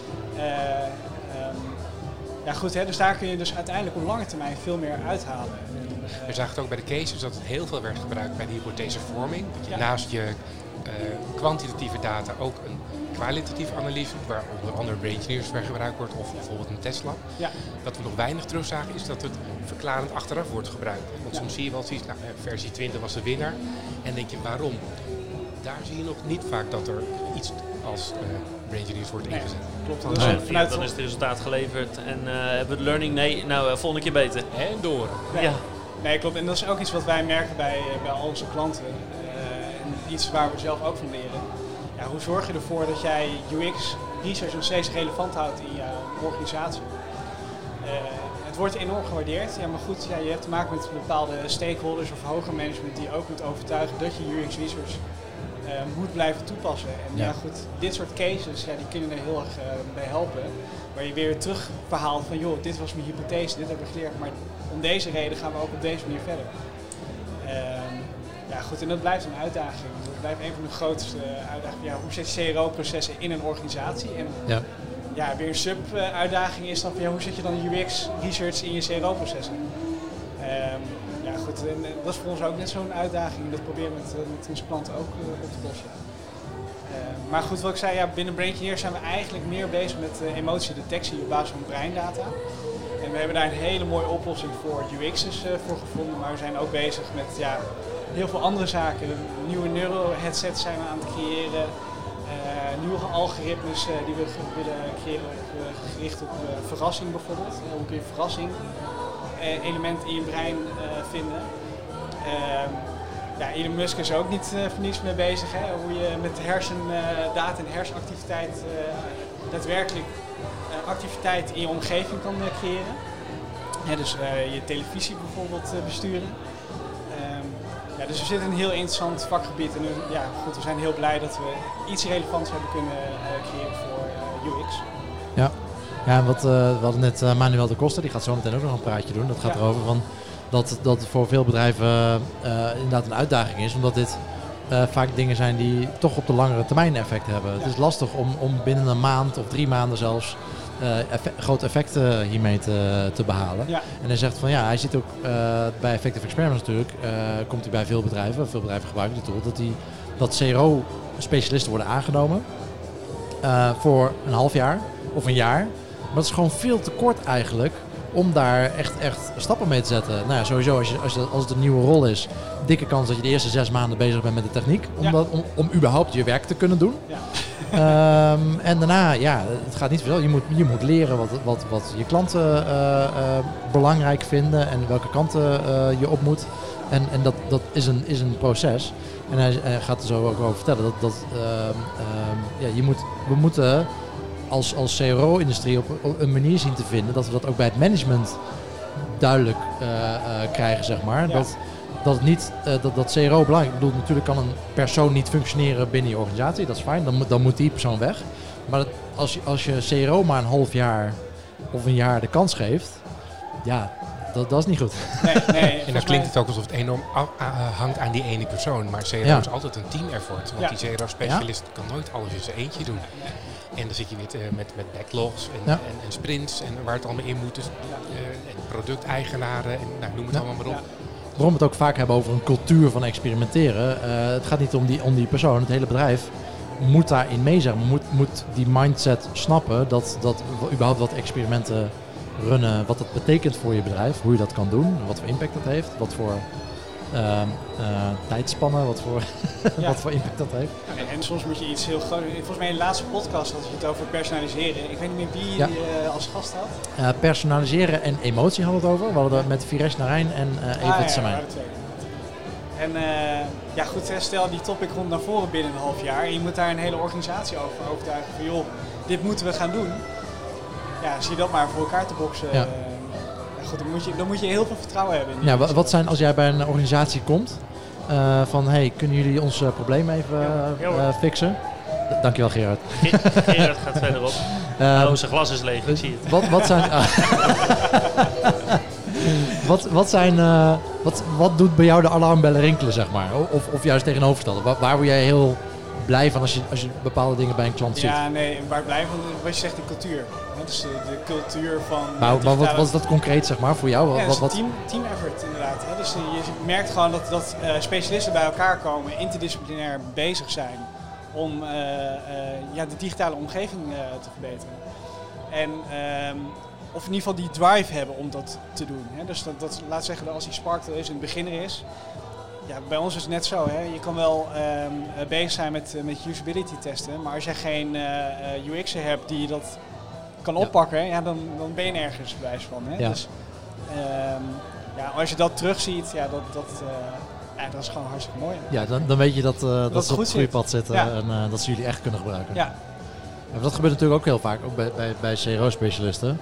Ja, goed, dus daar kun je dus uiteindelijk op lange termijn veel meer uithalen. We zagen het ook bij de cases dat het heel veel werd gebruikt bij de hypothesevorming. Dat je naast je kwantitatieve data ook een kwalitatieve analyse, waar onder andere BrainGenius gebruikt wordt, of bijvoorbeeld een Tesla. Ja. Wat we nog weinig terugzagen is dat het verklarend achteraf wordt gebruikt. Want soms zie je wel zoiets, versie 20 was de winnaar. En denk je, waarom? Daar zie je nog niet vaak dat er iets als BrainGenius wordt ingezet. Klopt. Dan, Dus dan is het resultaat geleverd en hebben we de learning? Nee, volgende keer beter. En door. Ja. Nee, klopt. En dat is ook iets wat wij merken bij al onze klanten. En iets waar we zelf ook van leren. Ja, hoe zorg je ervoor dat jij UX research nog steeds relevant houdt in jouw organisatie? Het wordt enorm gewaardeerd. Ja, maar goed, je hebt te maken met bepaalde stakeholders of hoger management die je ook moet overtuigen dat je UX research moet blijven toepassen. En ja, goed, dit soort cases die kunnen er heel erg bij helpen. Waar je weer terug verhaalt van joh, dit was mijn hypothese, dit hebben we geleerd, maar om deze reden gaan we ook op deze manier verder. Ja goed, en dat blijft een uitdaging. Dat blijft een van de grootste uitdagingen. Ja, hoe zet je CRO-processen in een organisatie? En weer een sub-uitdaging is dan van hoe zet je dan UX-research in je CRO-processen? Ja goed, en dat is voor ons ook net zo'n uitdaging. Dat proberen we met onze klanten ook op te lossen. Maar goed, wat ik zei, binnen BrainGenius zijn we eigenlijk meer bezig met emotiedetectie op basis van breindata. En we hebben daar een hele mooie oplossing voor UX'ers voor gevonden. Maar we zijn ook bezig met heel veel andere zaken. Nieuwe neuro-headsets zijn we aan het creëren. Nieuwe algoritmes die we willen creëren gericht op verrassing bijvoorbeeld. Hoe kun je verrassing elementen in je brein vinden. Elon Musk is er ook niet voor niets mee bezig. Hè? Hoe je met hersendata en hersenactiviteit daadwerkelijk activiteit in je omgeving kan creëren. Dus je televisie bijvoorbeeld besturen. Dus we zitten in een heel interessant vakgebied. En goed, we zijn heel blij dat we iets relevants hebben kunnen creëren voor UX. Ja, we hadden net Manuel de Costa, die gaat zo meteen ook nog een praatje doen. Dat gaat erover van dat het voor veel bedrijven inderdaad een uitdaging is, omdat dit vaak dingen zijn die toch op de langere termijn effect hebben. Het is lastig om binnen een maand of 3 maanden zelfs grote effecten hiermee te behalen. Ja. En hij zegt van hij ziet ook bij Effective Experiments natuurlijk, komt hij bij veel bedrijven gebruiken die tool, dat CRO-specialisten worden aangenomen voor een half jaar of een jaar. Maar dat is gewoon veel te kort eigenlijk om daar echt stappen mee te zetten. Nou ja, sowieso als het een nieuwe rol is, dikke kans dat je de eerste 6 maanden bezig bent met de techniek. Om überhaupt je werk te kunnen doen. Ja. En daarna, het gaat niet veel. Je moet leren wat je klanten belangrijk vinden en welke kanten je op moet. En dat is een proces. En hij gaat er zo ook over vertellen we moeten als CRO-industrie op een manier zien te vinden dat we dat ook bij het management duidelijk krijgen, zeg maar. Ja. Dat het niet dat CRO belangrijk is. Ik bedoel, natuurlijk kan een persoon niet functioneren binnen je organisatie, dat is fijn, dan moet die persoon weg. Maar als je CRO maar een half jaar of een jaar de kans geeft, dat is niet goed. Nee, en dan klinkt het ook alsof het enorm hangt aan die ene persoon. Maar CRO is altijd een team effort. Want die CRO-specialist kan nooit alles in zijn eentje doen. En dan zit je weer met backlogs en sprints en waar het allemaal in moet. Dus, en producteigenaren en noem het allemaal maar op. Waarom we het ook vaak hebben over een cultuur van experimenteren. Het gaat niet om die persoon. Het hele bedrijf moet daarin mee zijn. Moet die mindset snappen dat überhaupt wat experimenten runnen, wat dat betekent voor je bedrijf, hoe je dat kan doen, wat voor impact dat heeft, wat voor tijdspannen, wat voor impact dat heeft. En soms moet je iets heel groot. Volgens mij in de laatste podcast had je het over personaliseren. Ik weet niet meer wie je als gast had. Personaliseren en emotie hadden we het over. We hadden het met Firesh Narijn en Evert Samijn. En goed, stel die topic komt naar voren binnen een half jaar en je moet daar een hele organisatie over overtuigen van joh, dit moeten we gaan doen. Ja, zie je dat maar voor elkaar te boksen. Ja. Goed, dan moet je heel veel vertrouwen hebben. Wat zijn als jij bij een organisatie komt van kunnen jullie ons probleem even fixen? Dankjewel Gerard. Gerard gaat verderop. Zijn glas is leeg, ik zie het. Wat doet bij jou de alarmbellen rinkelen, zeg maar? Of juist tegenovergestelde? Waar word jij heel blij van als je bepaalde dingen bij een klant ziet? Ja, nee, waar blij van wat je zegt, de cultuur. Dus de cultuur van... Maar wat is dat concreet, zeg maar, voor jou? Team effort, inderdaad. Hè? Dus je merkt gewoon dat specialisten bij elkaar komen, interdisciplinair bezig zijn om de digitale omgeving te verbeteren. En of in ieder geval die drive hebben om dat te doen. Hè? Dus dat laat zeggen dat als die Spark er is, een beginner is. Ja, bij ons is het net zo. Hè? Je kan wel bezig zijn met usability testen, maar als je geen UX'er hebt die dat kan oppakken, ja, dan ben je nergens bewijs van. Hè? Ja. Dus als je dat terugziet, dat is gewoon hartstikke mooi. Ja, dan weet je dat ze op het goede pad zitten en dat ze jullie echt kunnen gebruiken. Ja. Ja, dat gebeurt natuurlijk ook heel vaak, ook bij CRO-specialisten.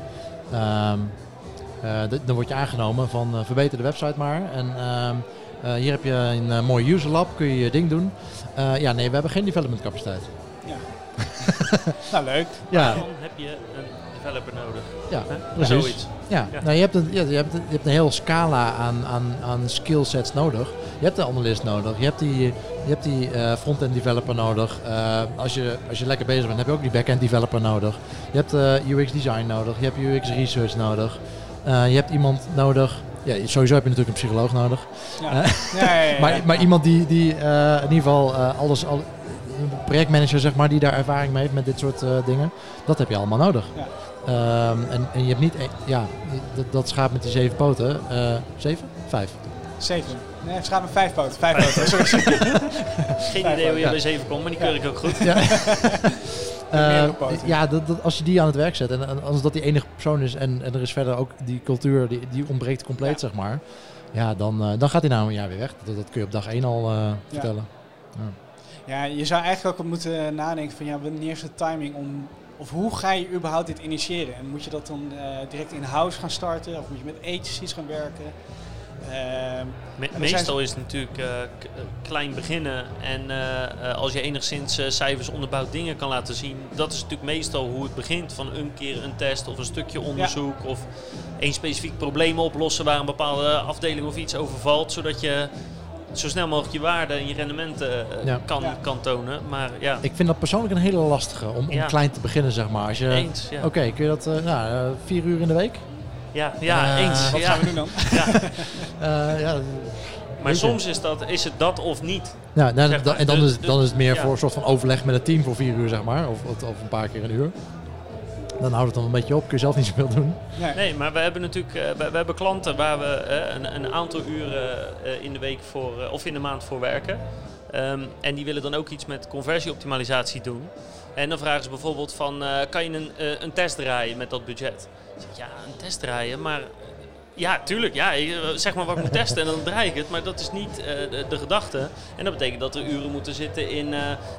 Dan word je aangenomen van verbeter de website maar. En hier heb je een mooi user lab, kun je je ding doen. We hebben geen development capaciteit. Ja. Nou, leuk. Ja. Dan heb je een developer nodig. Ja, Hè? precies. Zoiets. Ja. Ja. Nou, je hebt een heel scala aan skillsets nodig. Je hebt de analyst nodig, je hebt die front-end developer nodig. Als je lekker bezig bent, heb je ook die back-end developer nodig. Je hebt UX design nodig, je hebt UX research nodig. Je hebt iemand nodig. Ja, sowieso heb je natuurlijk een psycholoog nodig. Ja. Maar iemand die in ieder geval een projectmanager zeg maar, die daar ervaring mee heeft met dit soort dingen. Dat heb je allemaal nodig. Ja. En je hebt niet, dat schaap met die 7 poten. 7? 5. 7. Nee, het gaat met 5 poten. 5 poten, sorry. Geen idee hoe je bij 7 komt, maar die keur ik ook goed. Ja. Als je die aan het werk zet en als dat die enige persoon is en er is verder ook die cultuur, die ontbreekt compleet zeg maar. Ja, dan gaat die nou een jaar weer weg. Dat kun je op dag 1 al vertellen. Ja, je zou eigenlijk ook moeten nadenken van wanneer is de timing om... Of hoe ga je überhaupt dit initiëren? En moet je dat dan direct in-house gaan starten? Of moet je met agencies gaan werken? Meestal is het natuurlijk klein beginnen. En als je enigszins cijfers onderbouwd dingen kan laten zien. Dat is natuurlijk meestal hoe het begint. Van een keer een test of een stukje onderzoek. Ja. Of één specifiek probleem oplossen waar een bepaalde afdeling of iets overvalt. Zodat je zo snel mogelijk je waarde en je rendementen kan tonen. Maar, ja. Ik vind dat persoonlijk een hele lastige om klein te beginnen, zeg maar. Als je, eens, ja. Oké, kun je dat 4 uur in de week? Ja, eens. Wat gaan we doen dan? Maar soms is het dat of niet. Ja, en dan is het meer voor een soort van overleg met het team voor 4 uur, zeg maar. Of een paar keer een uur. Dan houdt het dan een beetje op, kun je zelf niet zoveel doen. Nee, maar we hebben natuurlijk we hebben klanten waar we een aantal uren in de week of in de maand voor werken. En die willen dan ook iets met conversieoptimalisatie doen. En dan vragen ze bijvoorbeeld van, kan je een test draaien met dat budget? Ik zeg, ja, een test draaien, maar... Ja, tuurlijk. Ja, zeg maar wat ik moet testen en dan draai ik het. Maar dat is niet de gedachte. En dat betekent dat er uren moeten zitten in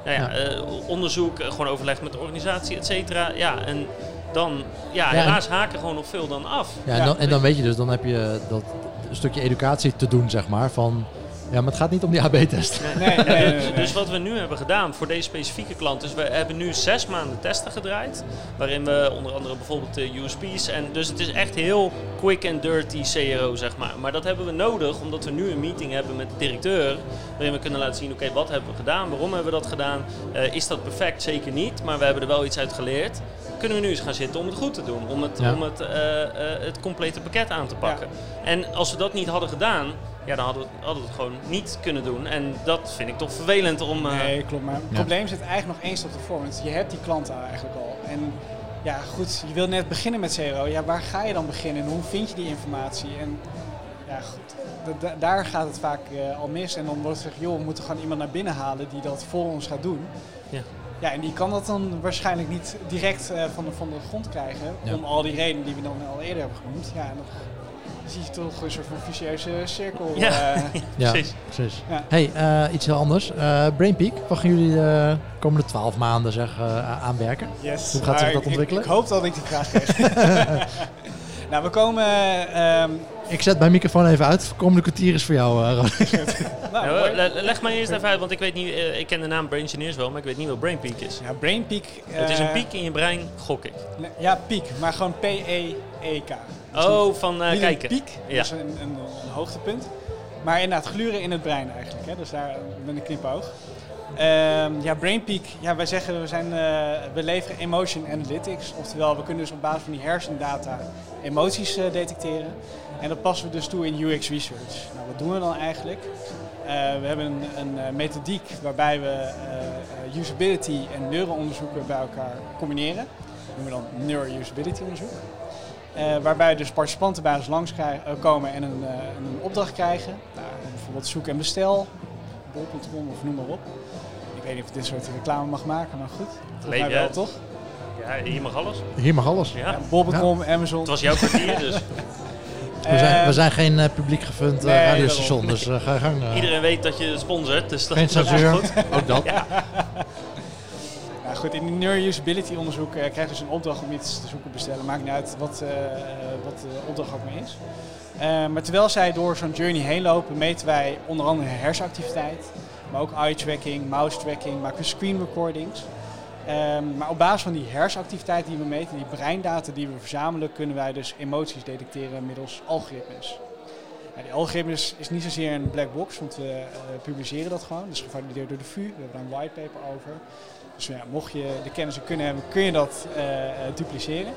onderzoek, gewoon overleg met de organisatie, et cetera. Ja, en dan, helaas haken gewoon nog veel dan af. Ja, en dan weet je dus, dan heb je dat stukje educatie te doen, zeg maar, van... Ja, maar het gaat niet om die AB-test. Nee. Dus wat we nu hebben gedaan voor deze specifieke klant, dus we hebben nu 6 maanden testen gedraaid, waarin we onder andere bijvoorbeeld de USP's en dus het is echt heel quick and dirty CRO, zeg maar. Maar dat hebben we nodig omdat we nu een meeting hebben met de directeur, waarin we kunnen laten zien, oké, wat hebben we gedaan, waarom hebben we dat gedaan, is dat perfect? Zeker niet, maar we hebben er wel iets uit geleerd. Kunnen we nu eens gaan zitten om het goed te doen, om het complete pakket aan te pakken. Ja. En als we dat niet hadden gedaan, dan hadden we het gewoon niet kunnen doen. En dat vind ik toch vervelend om... Nee, klopt. Maar het probleem zit eigenlijk nog één stap ervoor. Want je hebt die klanten eigenlijk al. En ja, goed, je wil net beginnen met CRO. Ja, waar ga je dan beginnen? En hoe vind je die informatie? En ja, goed, daar gaat het vaak al mis. En dan wordt gezegd, joh, we moeten gewoon iemand naar binnen halen die dat voor ons gaat doen. Ja. Ja, en die kan dat dan waarschijnlijk niet direct van de grond krijgen. Ja. Om al die redenen die we dan al eerder hebben genoemd. Ja, en dan zie je toch een soort van vicieuze cirkel. Ja, precies. Ja. Hey, iets heel anders. Brainpeak, wat gaan jullie de komende 12 maanden aanwerken? Yes. Hoe gaat zich dat ontwikkelen? Ik hoop dat ik die vraag krijg. Nou, we komen... Ik zet mijn microfoon even uit. Komende kwartier is voor jou, leg maar eerst even uit, want ik weet niet... ik ken de naam Brain Engineers wel, maar ik weet niet wat Brainpeak is. Ja, Brainpeak... het is een piek in je brein, gok ik. Ja, piek, maar gewoon P-E-E-K. Van kijken. Piek, dat is een hoogtepunt. Maar inderdaad, gluren in het brein eigenlijk. Hè? Dus daar met een knipoog. Brainpeak, wij zeggen we leveren emotion analytics. Oftewel, we kunnen dus op basis van die hersendata emoties detecteren. En dat passen we dus toe in UX research. Nou, wat doen we dan eigenlijk? We hebben een methodiek waarbij we usability en neuroonderzoeken bij elkaar combineren. Dat noemen we dan neuro-usability onderzoek. Waarbij dus participanten bij ons langskomen en een opdracht krijgen. Nou, bijvoorbeeld zoek en bestel, bol.com of noem maar op. Ik weet niet of ik dit soort reclame mag maken, maar goed. Volgens mij wel, toch? Ja, hier mag alles. Hier mag alles. Ja. Ja, bol.com, Amazon. Het was jouw kwartier, dus We zijn geen publiek gefund Nee, radiostation, dus ga je gang. iedereen weet dat je sponsort. Dus dat Geen is goed. censuur, ook dat. Ja. Nou goed, in die neuro-usability onderzoek krijg je dus een opdracht om iets te zoeken bestellen. Maakt niet uit wat de opdracht ook maar is. Maar terwijl zij door zo'n journey heen lopen, meten wij onder andere hersenactiviteit. Maar ook eye-tracking, mouse-tracking, maken we screen recordings. Maar op basis van die hersenactiviteit die we meten, die breindata die we verzamelen, kunnen wij dus emoties detecteren middels algoritmes. Die algoritmes is niet zozeer een black box, want we publiceren dat gewoon. Dat is gevalideerd door de VU, we hebben daar een whitepaper over. Dus ja, mocht je de kennis kunnen hebben, kun je dat dupliceren.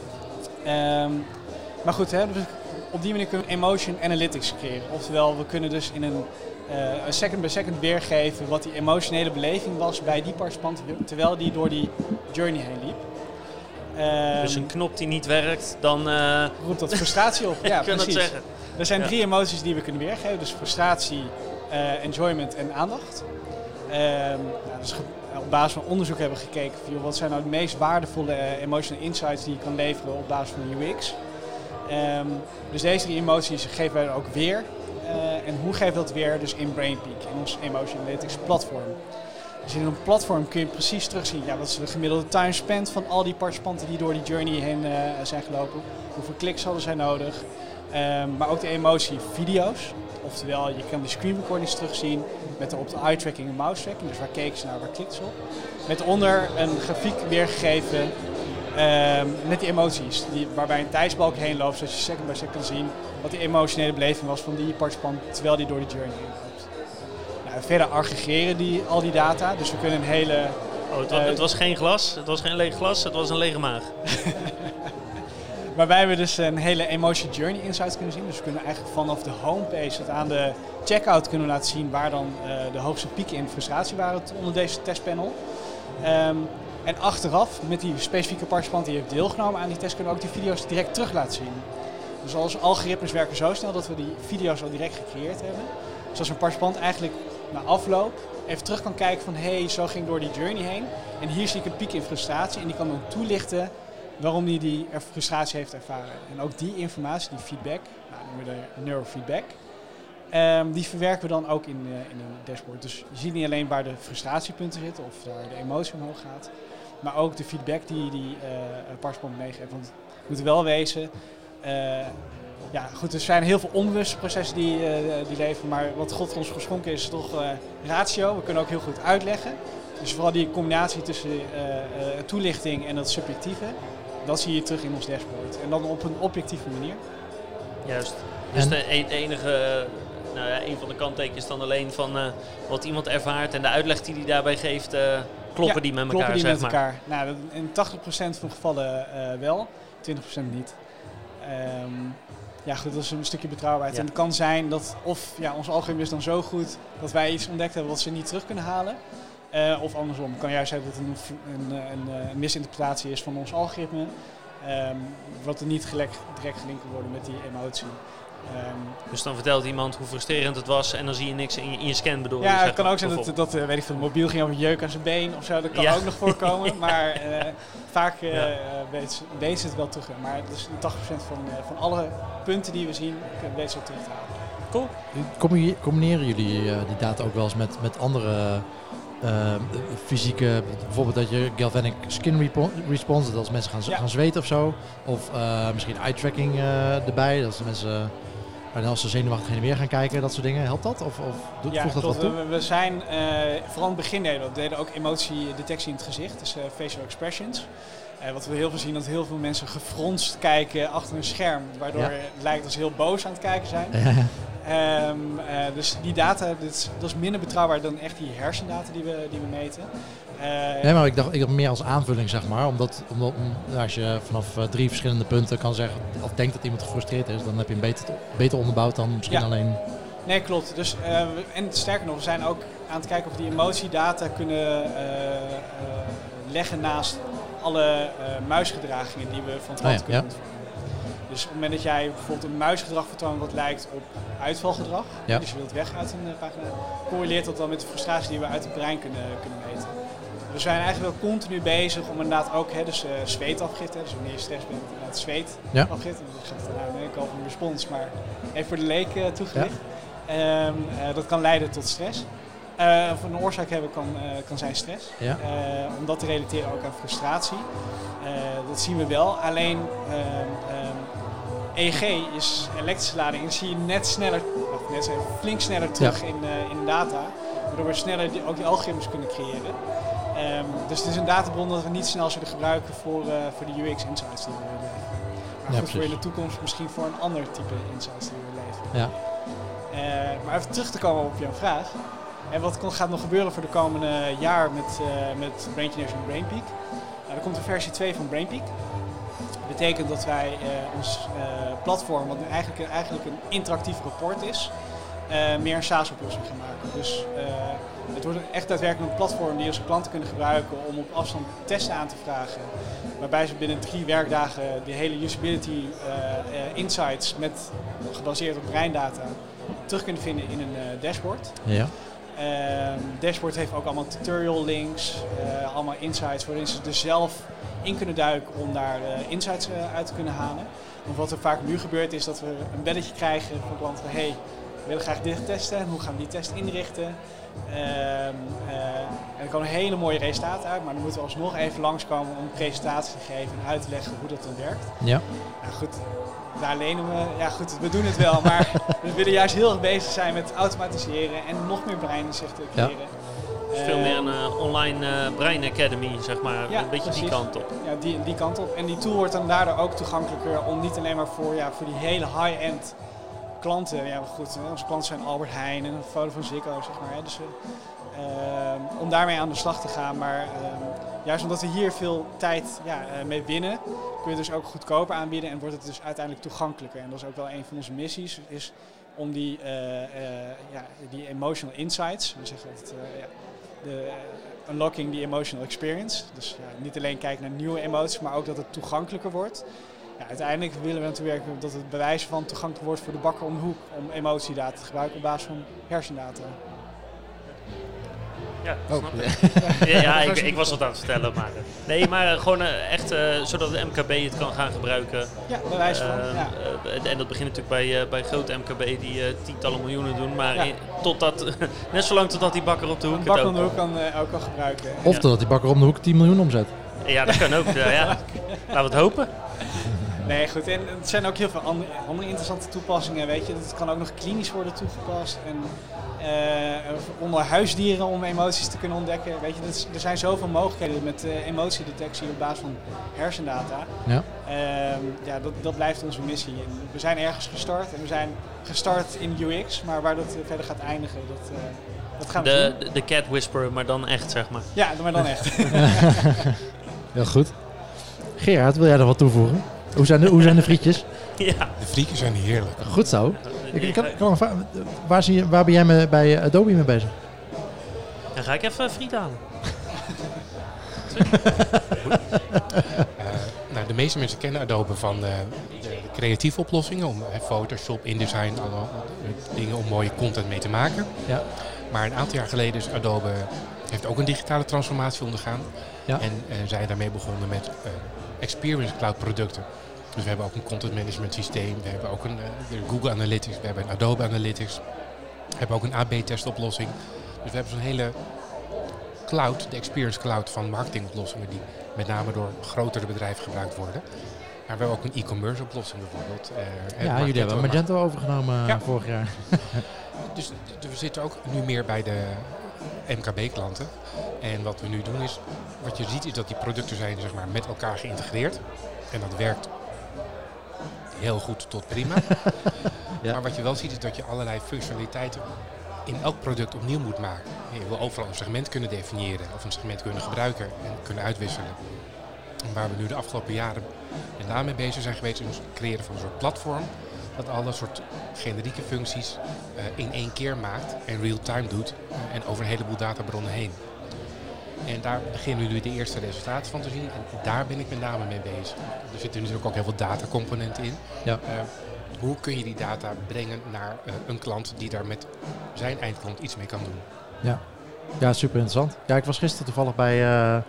Maar goed, dus op die manier kunnen we emotion analytics creëren. Oftewel, we kunnen dus in een second by second weergeven wat die emotionele beleving was bij die participant terwijl die door die journey heen liep. Dus een knop die niet werkt, dan roept dat frustratie op. Ja, kun je dat precies. zeggen. Er zijn 3 emoties die we kunnen weergeven. Dus frustratie, enjoyment en aandacht. Dus op basis van onderzoek hebben we gekeken van, wat zijn nou de meest waardevolle emotional insights die je kan leveren op basis van UX. Dus deze 3 emoties geven wij ook weer. En hoe geven we dat weer? Dus in BrainPeak, in ons Emotion Analytics platform. Dus in een platform kun je precies terugzien, wat is de gemiddelde time spent van al die participanten die door die journey heen zijn gelopen. Hoeveel kliks hadden zij nodig. Maar ook de emotie-video's. Oftewel, je kan die screen recordings terugzien met op de eye tracking en mouse tracking. Dus waar keken ze naar, waar klikten ze op. Met onder een grafiek weergegeven met die emoties. Waarbij een tijdsbalk heen loopt, zodat je second by second kan zien wat die emotionele beleving was van die participant terwijl die door de journey heen loopt. Nou, verder aggregeren al die data. Dus we kunnen een hele... het was geen glas, het was geen leeg glas, het was een lege maag. Waarbij we dus een hele emotion journey insights kunnen zien. Dus we kunnen eigenlijk vanaf de homepage tot aan de checkout kunnen laten zien waar dan de hoogste pieken in frustratie waren onder deze testpanel. En achteraf, met die specifieke participant die heeft deelgenomen aan die test, kunnen we ook die video's direct terug laten zien. Dus onze algoritmes werken zo snel dat we die video's al direct gecreëerd hebben. Dus als een participant eigenlijk na afloop even terug kan kijken van hey, zo ging ik door die journey heen. En hier zie ik een piek in frustratie en die kan dan toelichten waarom hij die frustratie heeft ervaren. En ook die informatie, die feedback, noemen we de neurofeedback, die verwerken we dan ook in een dashboard. Dus je ziet niet alleen waar de frustratiepunten zitten of waar de emotie omhoog gaat, maar ook de feedback die participant meegeeft. Want we moeten wel wezen, er zijn heel veel onbewuste processen die leven, maar wat God ons geschonken is toch ratio. We kunnen ook heel goed uitleggen. Dus vooral die combinatie tussen toelichting en dat subjectieve, dat zie je terug in ons dashboard. En dan op een objectieve manier. Juist. Dus de enige, een van de kanttekens is dan alleen van wat iemand ervaart en de uitleg die hij daarbij geeft, kloppen die met elkaar, zeg maar. Nou, in 80% van de gevallen wel, 20% niet. Goed, dat is een stukje betrouwbaarheid. Ja. En het kan zijn dat ons algoritme is dan zo goed dat wij iets ontdekt hebben wat ze niet terug kunnen halen. Of andersom. Het kan juist zijn dat het een misinterpretatie is van ons algoritme. Wat er niet direct gelinkt kan worden met die emotie. Dus dan vertelt iemand hoe frustrerend het was en dan zie je niks in je scan, bedoel je? Ja, het kan ook zijn dat weet ik veel, mobiel ging over jeuk aan zijn been of zo. Dat kan ook nog voorkomen. Maar vaak weten ze het wel terug. Maar dus 80% van alle punten die we zien, weten ze het terug te halen. Cool. Combineren jullie die data ook wel eens met andere fysieke, bijvoorbeeld dat je galvanic skin response, dat als mensen gaan zweten of zo, of misschien eye tracking erbij, dat mensen als ze zenuwachtig heen en weer gaan kijken, dat soort dingen, helpt dat? Of voegt dat wat toe? We zijn, vooral in het begin deden ook emotiedetectie in het gezicht, dus facial expressions. Wat we heel veel zien, dat heel veel mensen gefronst kijken achter een scherm, waardoor het lijkt dat ze heel boos aan het kijken zijn. Dus die data, dat is minder betrouwbaar dan echt die hersendata die we meten. Nee, maar ik dacht meer als aanvulling, zeg maar. Omdat als je vanaf 3 verschillende punten kan zeggen, of denkt dat iemand gefrustreerd is, dan heb je een beter onderbouwd dan misschien alleen... Nee, klopt. Dus, en sterker nog, we zijn ook aan het kijken of we die emotiedata kunnen leggen naast alle muisgedragingen die we van klanten kunnen ontvangen. Dus op het moment dat jij bijvoorbeeld een muisgedrag vertoont wat lijkt op uitvalgedrag, dus je wilt weg uit een pagina, correleert dat dan met de frustratie die we uit het brein kunnen meten. We zijn eigenlijk wel continu bezig om inderdaad ook zweetafgifte, dus wanneer je stress bent, inderdaad zweetafgifte. Ik ga het ik over een respons, maar even voor de leek toegelicht. Dat kan leiden tot stress. Of een oorzaak hebben kan zijn stress. Ja. Om dat te relateren ook aan frustratie. Dat zien we wel. Alleen EEG is elektrische lading en zie je flink sneller terug in de data. Waardoor we sneller ook die algoritmes kunnen creëren. Dus het is een databron dat we niet snel zullen gebruiken voor de UX insights die we willen leveren. Maar goed, voor in de toekomst misschien voor een ander type insights die we willen leveren. Ja. Maar even terug te komen op jouw vraag. En wat gaat nog gebeuren voor de komende jaar met BrainGenius en BrainPeak? Er komt een versie 2 van BrainPeak. Dat betekent dat wij ons platform, wat nu eigenlijk een interactief rapport is, meer een SaaS-oplossing gaan maken. Dus het wordt echt daadwerkelijk een platform die onze klanten kunnen gebruiken om op afstand testen aan te vragen. Waarbij ze binnen 3 werkdagen de hele usability insights gebaseerd op breindata terug kunnen vinden in een dashboard. Ja. Dashboard heeft ook allemaal tutorial links, allemaal insights waarin ze er zelf in kunnen duiken om daar insights uit te kunnen halen. Want wat er vaak nu gebeurt is dat we een belletje krijgen van klanten van hey, we willen graag dit testen, hoe gaan we die test inrichten? En er komen hele mooie resultaten uit, maar dan moeten we alsnog even langskomen om een presentatie te geven en uit te leggen hoe dat dan werkt. Ja. Nou goed, daar lenen we, ja goed, we doen het wel, maar we willen juist heel erg bezig zijn met automatiseren en nog meer breininzichten creëren. Ja. Dus veel meer een online Brain Academy, zeg maar, een beetje precies. Die kant op. Ja, die kant op. En die tool wordt dan daardoor ook toegankelijker om niet alleen maar voor die hele high-end klanten. Ja, goed, onze klanten zijn Albert Heijn en Vodafone Ziggo, zeg maar. Hè, dus om daarmee aan de slag te gaan. Maar juist omdat we hier veel tijd mee winnen, kun je het dus ook goedkoper aanbieden en wordt het dus uiteindelijk toegankelijker. En dat is ook wel een van onze missies, is om die emotional insights, we zeggen dat unlocking the emotional experience. Dus niet alleen kijken naar nieuwe emoties, maar ook dat het toegankelijker wordt. Ja, uiteindelijk willen we natuurlijk dat het bewijs van toegankelijk wordt voor de bakker om de hoek om emotiedata te gebruiken op basis van hersendata. Ja, ja, ik was wat aan het vertellen, maar nee, maar gewoon echt zodat de MKB het kan gaan gebruiken. Ja, bewijs van. En dat begint natuurlijk bij grote MKB die tientallen miljoenen doen, maar net zolang totdat die bakker op de hoek het ook kan gebruiken. Of totdat die bakker om de hoek 10 miljoen omzet. Ja, dat kan ook. Ja. Laten we het hopen. Nee, goed. En er zijn ook heel veel andere interessante toepassingen, weet je. Het kan ook nog klinisch worden toegepast. En onder huisdieren om emoties te kunnen ontdekken. Weet je, er zijn zoveel mogelijkheden met emotiedetectie op basis van hersendata. Ja. Dat blijft onze missie. En we zijn ergens gestart en we zijn gestart in UX, maar waar dat verder gaat eindigen, dat gaan we zien. De cat whisperer, maar dan echt, zeg maar. Ja, maar dan echt. Heel goed. Gerard, wil jij er wat toevoegen? Hoe zijn de frietjes? Ja. De frietjes zijn heerlijk. Goed zo. Waar ben jij bij Adobe mee bezig? Dan ga ik even friet halen. De meeste mensen kennen Adobe van de creatieve oplossingen. Om Photoshop, InDesign, alle dingen om mooie content mee te maken. Ja. Maar een aantal jaar geleden is Adobe heeft ook een digitale transformatie ondergaan. Ja. En zijn daarmee begonnen met Experience Cloud producten. Dus we hebben ook een content management systeem, we hebben ook een Google Analytics, we hebben een Adobe Analytics, we hebben ook een AB-test oplossing. Dus we hebben zo'n hele cloud, de Experience Cloud van marketingoplossingen die met name door grotere bedrijven gebruikt worden. Maar we hebben ook een e-commerce oplossing bijvoorbeeld. Jullie hebben Magento overgenomen vorig jaar. Dus we zitten ook nu meer bij de MKB-klanten. En wat we nu doen is, wat je ziet is dat die producten zijn zeg maar, met elkaar geïntegreerd. En dat werkt heel goed tot prima. Ja. Maar wat je wel ziet is dat je allerlei functionaliteiten in elk product opnieuw moet maken. Je wil overal een segment kunnen definiëren of een segment kunnen gebruiken en kunnen uitwisselen. En waar we nu de afgelopen jaren met name mee bezig zijn geweest is het creëren van een soort platform dat alle soort generieke functies in één keer maakt en real-time doet en over een heleboel databronnen heen. En daar beginnen we nu de eerste resultaten van te zien en daar ben ik met name mee bezig. Er zitten natuurlijk ook heel veel datacomponenten in. Ja. Hoe kun je die data brengen naar een klant die daar met zijn eindklant iets mee kan doen? Ja, super interessant. Ja, ik was gisteren toevallig bij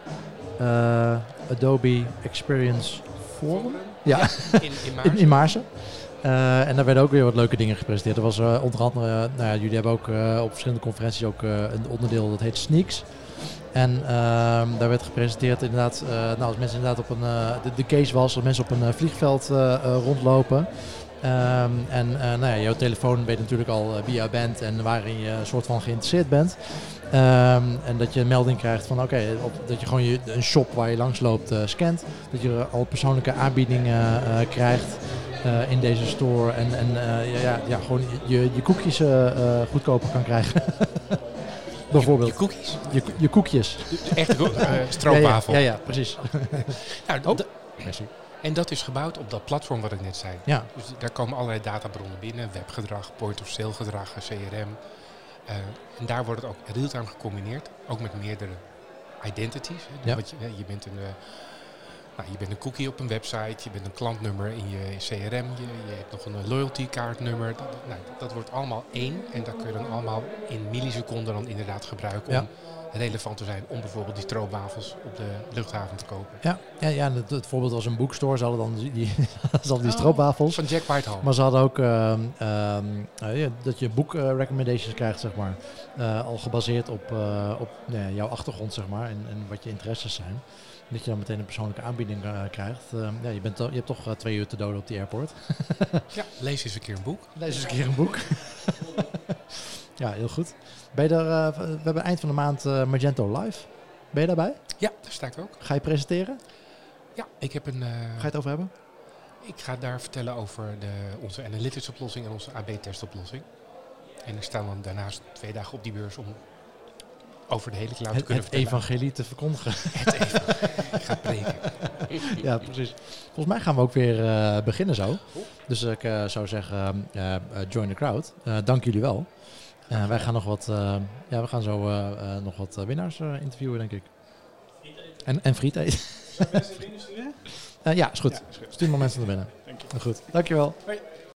Adobe Experience Forum. Ja, in Maarsen. En daar werden ook weer wat leuke dingen gepresenteerd. Er was onder andere, jullie hebben ook op verschillende conferenties ook een onderdeel dat heet Sneaks. En daar werd gepresenteerd inderdaad, als mensen inderdaad op de case was, dat mensen op een vliegveld rondlopen. Jouw telefoon weet natuurlijk al wie je bent en waarin je soort van geïnteresseerd bent. En dat je een melding krijgt van dat je gewoon een shop waar je langs loopt scant. Dat je al persoonlijke aanbiedingen krijgt in deze store. En gewoon je koekjes goedkoper kan krijgen. Bijvoorbeeld. Je cookies? Je koekjes. Echt stroopwafel. Ja, precies. Merci. En dat is gebouwd op dat platform wat ik net zei. Ja. Dus daar komen allerlei databronnen binnen. Webgedrag, point-of-sale gedrag, CRM. En daar wordt het ook real-time gecombineerd. Ook met meerdere identities. Hè. Dus je bent een cookie op een website. Je bent een klantnummer in je CRM. Je hebt nog een loyalty kaartnummer. Dat wordt allemaal één. En dat kun je dan allemaal in milliseconden dan inderdaad gebruiken om relevant te zijn om bijvoorbeeld die stroopwafels op de luchthaven te kopen. Ja, het voorbeeld was een boekstore. Ze hadden dan die stroopwafels. Van Jack Whitehall. Maar ze hadden ook dat je boek recommendations krijgt, zeg maar. Al gebaseerd op jouw achtergrond, zeg maar. En wat je interesses zijn. Dat je dan meteen een persoonlijke aanbieding krijgt. Je hebt toch 2 uur te doden op die airport. Ja, lees eens een keer een boek. Ja, heel goed. Ben je er, we hebben eind van de maand Magento Live. Ben je daarbij? Ja, daar sta ik ook. Ga je presenteren? Ja, ik heb een... Ga je het over hebben? Ik ga daar vertellen over onze analytics oplossing en onze AB-test oplossing. En ik sta dan daarnaast 2 dagen op die beurs om over de hele cloud te kunnen vertellen. Het evangelie te verkondigen. Ik ga preken. Ja, precies. Volgens mij gaan we ook weer beginnen zo. Dus ik zou zeggen, join the crowd. Dank jullie wel. Wij gaan nog wat, we gaan zo nog wat winnaars interviewen, denk ik. En friet eten. Zou je mensen binnen sturen? Ja, is goed. Ja, is goed. Stuur maar mensen naar binnen. Dank je. Goed, dankjewel. Hoi.